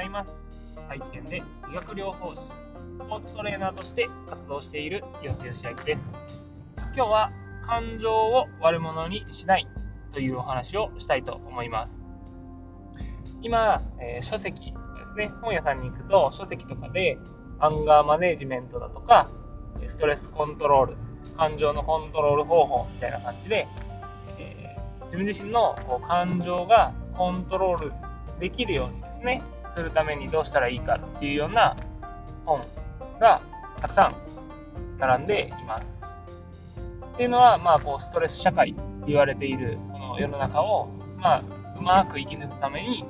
います。愛知県で理学療法士、スポーツトレーナーとして活動している岩瀬義明です。今日は感情を悪者にしないというお話をしたいと思います。今、書籍とかですね、本屋さんに行くと書籍とかでアンガーマネジメントだとかストレスコントロール、感情のコントロール方法みたいな感じで、自分自身の感情がコントロールできるようにですね、するためにどうしたらいいかっていうような本がたくさん並んでいます。っていうのは、ストレス社会って言われているこの世の中を、うまく生き抜くために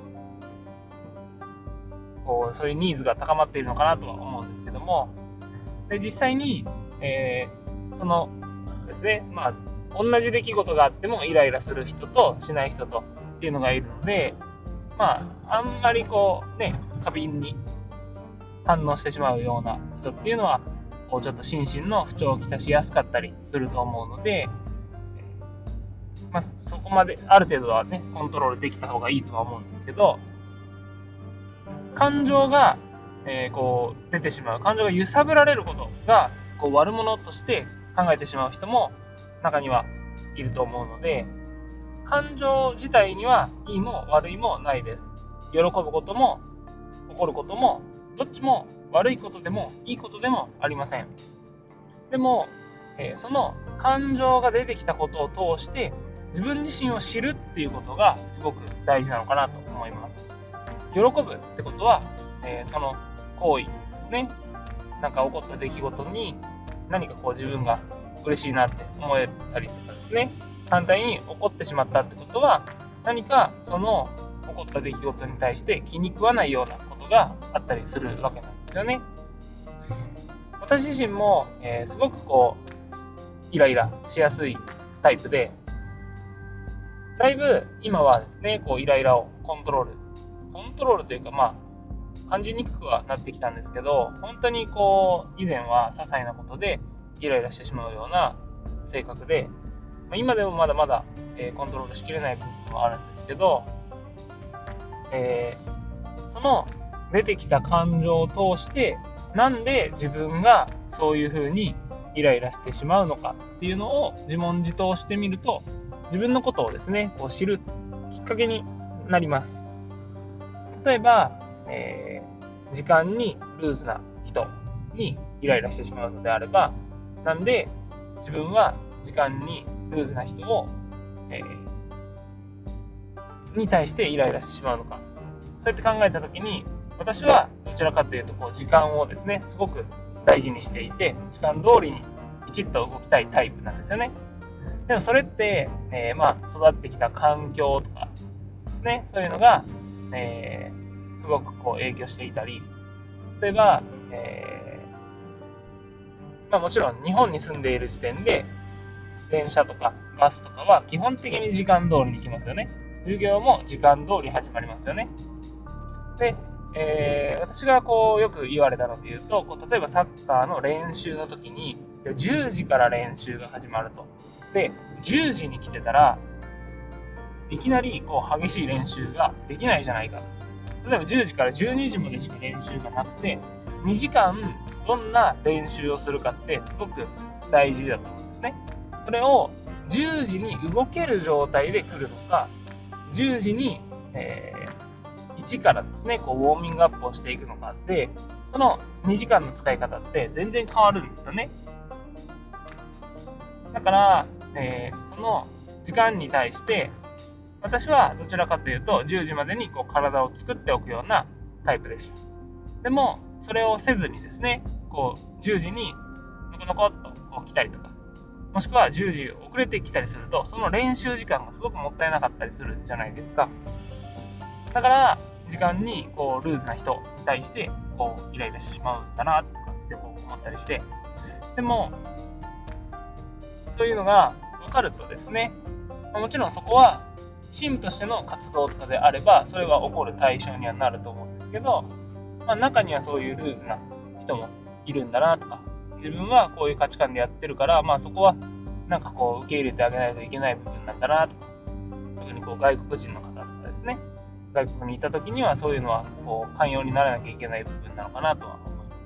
そういうニーズが高まっているのかなとは思うんですけども、で実際に、そのですね、同じ出来事があってもイライラする人としない人とっていうのがいるので、あんまり過敏に反応してしまうような人っていうのはちょっと心身の不調をきたしやすかったりすると思うので、そこまである程度はねコントロールできた方がいいとは思うんですけど、感情が、出てしまう、感情が揺さぶられることが悪者として考えてしまう人も中にはいると思うので、感情自体にはいいも悪いもないです。喜ぶことも怒ることもどっちも悪いことでもいいことでもありません。でも、その感情が出てきたことを通して自分自身を知るっていうことがすごく大事なのかなと思います。喜ぶってことは、その行為ですね。起こった出来事に何か自分が嬉しいなって思えたりとかですね。反対に起こってしまったってことは、何かその起こった出来事に対して気に食わないようなことがあったりするわけなんですよね。私自身も、すごくイライラしやすいタイプで、だいぶ今はですね、イライラをコントロールというか、感じにくくはなってきたんですけど、本当に以前は些細なことでイライラしてしまうような性格で、今でもまだまだ、コントロールしきれない部分もあるんですけど、その出てきた感情を通してなんで自分がそういう風にイライラしてしまうのかっていうのを自問自答してみると、自分のことをですね知るきっかけになります。例えば、時間にルーズな人にイライラしてしまうのであれば、なんで自分は時間にルーズな人を、に対してイライラしてしまうのか。そうやって考えたときに、私はどちらかというと時間をですねすごく大事にしていて、時間通りにきちっと動きたいタイプなんですよね。でもそれって、育ってきた環境とかですね、そういうのが、すごく影響していたり、例えば、もちろん日本に住んでいる時点で電車とかバスとかは基本的に時間通りに行きますよね。授業も時間通り始まりますよね。で、私がよく言われたので言うと、例えばサッカーの練習の時に10時から練習が始まると。で、10時に来てたらいきなり激しい練習ができないじゃないか。例えば10時から12時までしか練習がなくて、2時間どんな練習をするかってすごく大事だと思うんですね。それを10時に動ける状態で来るのか、10時に、1からですねウォーミングアップをしていくのかで、その2時間の使い方って全然変わるんですよね。だから、その時間に対して私はどちらかというと10時までに体を作っておくようなタイプでした。でもそれをせずにですね10時にのこのこっと来たりとか、もしくは10時遅れてきたりすると、その練習時間がすごくもったいなかったりするじゃないですか。だから時間にルーズな人に対してイライラしてしまうんだなとかって思ったりして、でもそういうのが分かるとですね、もちろんそこはチームとしての活動とかであればそれは起こる対象にはなると思うんですけど、中にはそういうルーズな人もいるんだなとか、自分はこういう価値観でやってるから、そこは受け入れてあげないといけない部分なんだなとか、特に外国人の方とかですね、 外国にいた時にはそういうのはこう寛容にならなきゃいけない部分なのかなとは思います。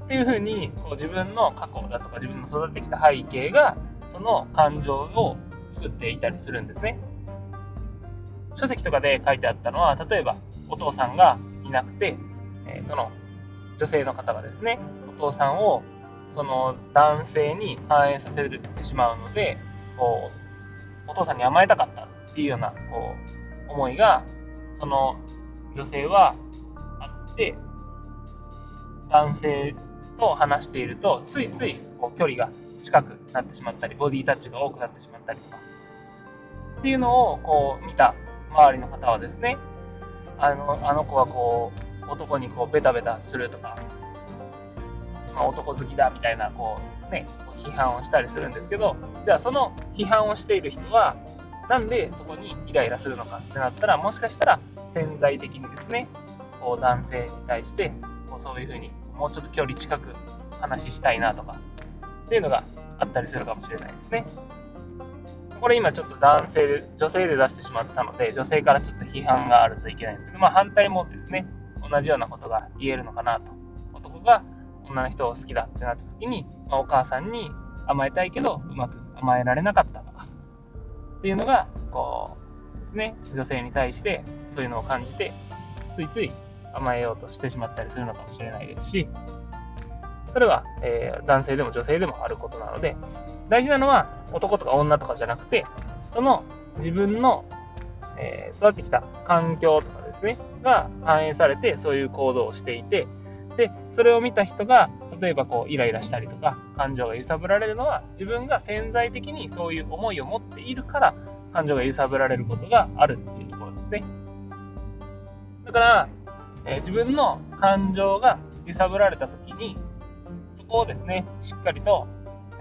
っていうふうにこう自分の過去だとか自分の育ってきた背景がその感情を作っていたりするんですね。書籍とかで書いてあったのは、例えばお父さんがいなくて、その女性の方がですね、お父さんをその男性に反映させてしまうので、こうお父さんに甘えたかったっていうようなこう思いがその女性はあって、男性と話しているとついついこう距離が近くなってしまったり、ボディタッチが多くなってしまったりとかっていうのをこう見た周りの方はですね、あの子はこう男にこうベタベタするとか、男好きだみたいなこう批判をしたりするんですけど、じゃあその批判をしている人はなんでそこにイライラするのかってなったら、もしかしたら潜在的にですね、こう男性に対してこうそういうふうにもうちょっと距離近く話したいなとかっていうのがあったりするかもしれないですね。これ今ちょっと女性で出してしまったので、女性からちょっと批判があるといけないんですけど、反対もですね、同じようなことが言えるのかなと。男が女の人を好きだってなった時に、お母さんに甘えたいけどうまく甘えられなかったとかっていうのがこうですね、女性に対してそういうのを感じてついつい甘えようとしてしまったりするのかもしれないですし、それは、男性でも女性でもあることなので、大事なのは男とか女とかじゃなくて、その自分の、育ってきた環境とかですねが反映されてそういう行動をしていて、でそれを見た人が例えばこうイライラしたりとか感情が揺さぶられるのは、自分が潜在的にそういう思いを持っているから感情が揺さぶられることがあるっていうところですね。だから、自分の感情が揺さぶられた時にそこをですねしっかりと、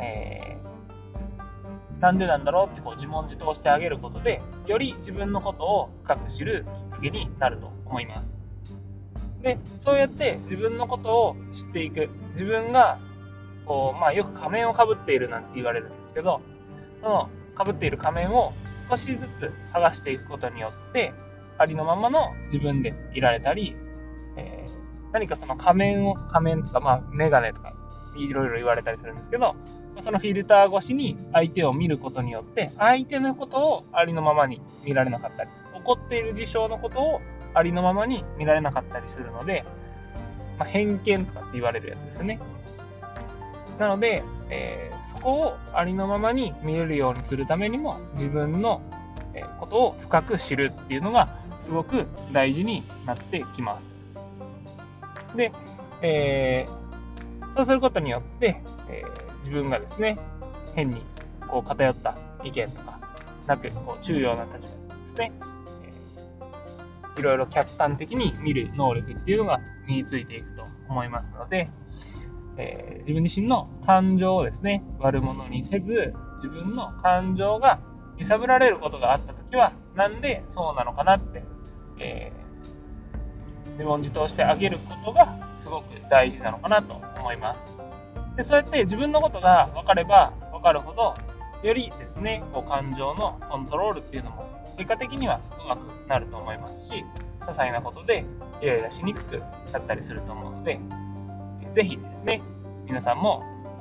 なんでなんだろうってこう自問自答してあげることで、より自分のことを深く知るきっかけになると思います。で、そうやって自分のことを知っていく、自分がこう、よく仮面をかぶっているなんて言われるんですけど、そのかぶっている仮面を少しずつ剥がしていくことによって、ありのままの自分でいられたり、何かその仮面とか、メガネとかいろいろ言われたりするんですけど、そのフィルター越しに相手を見ることによって、相手のことをありのままに見られなかったり、起こっている事象のことをありのままに見られなかったりするので、偏見とかって言われるやつですよね。なので、そこをありのままに見れるようにするためにも、自分のことを深く知るっていうのがすごく大事になってきます。で、そうすることによって、自分がですね、変にこう偏った意見とかなく、こう中庸な立場ですね、いろいろ客観的に見る能力っていうのが身についていくと思いますので、自分自身の感情をですね、悪者にせず、自分の感情が揺さぶられることがあったときは、なんでそうなのかなって、自問自答してあげることがすごく大事なのかなと思います。で、そうやって自分のことが分かれば分かるほど、よりですね、こう感情のコントロールっていうのも結果的にはうまくなると思いますし、些細なことでイライラしにくくなったりすると思うので、ぜひですね、皆さんも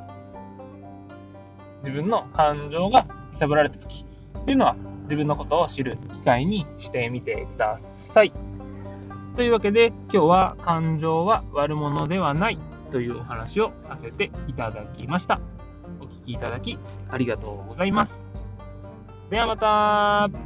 自分の感情が揺さぶられた時っていうのは自分のことを知る機会にしてみてください。というわけで、今日は感情は悪者ではないというお話をさせていただきました。お聞きいただきありがとうございます。ではまた。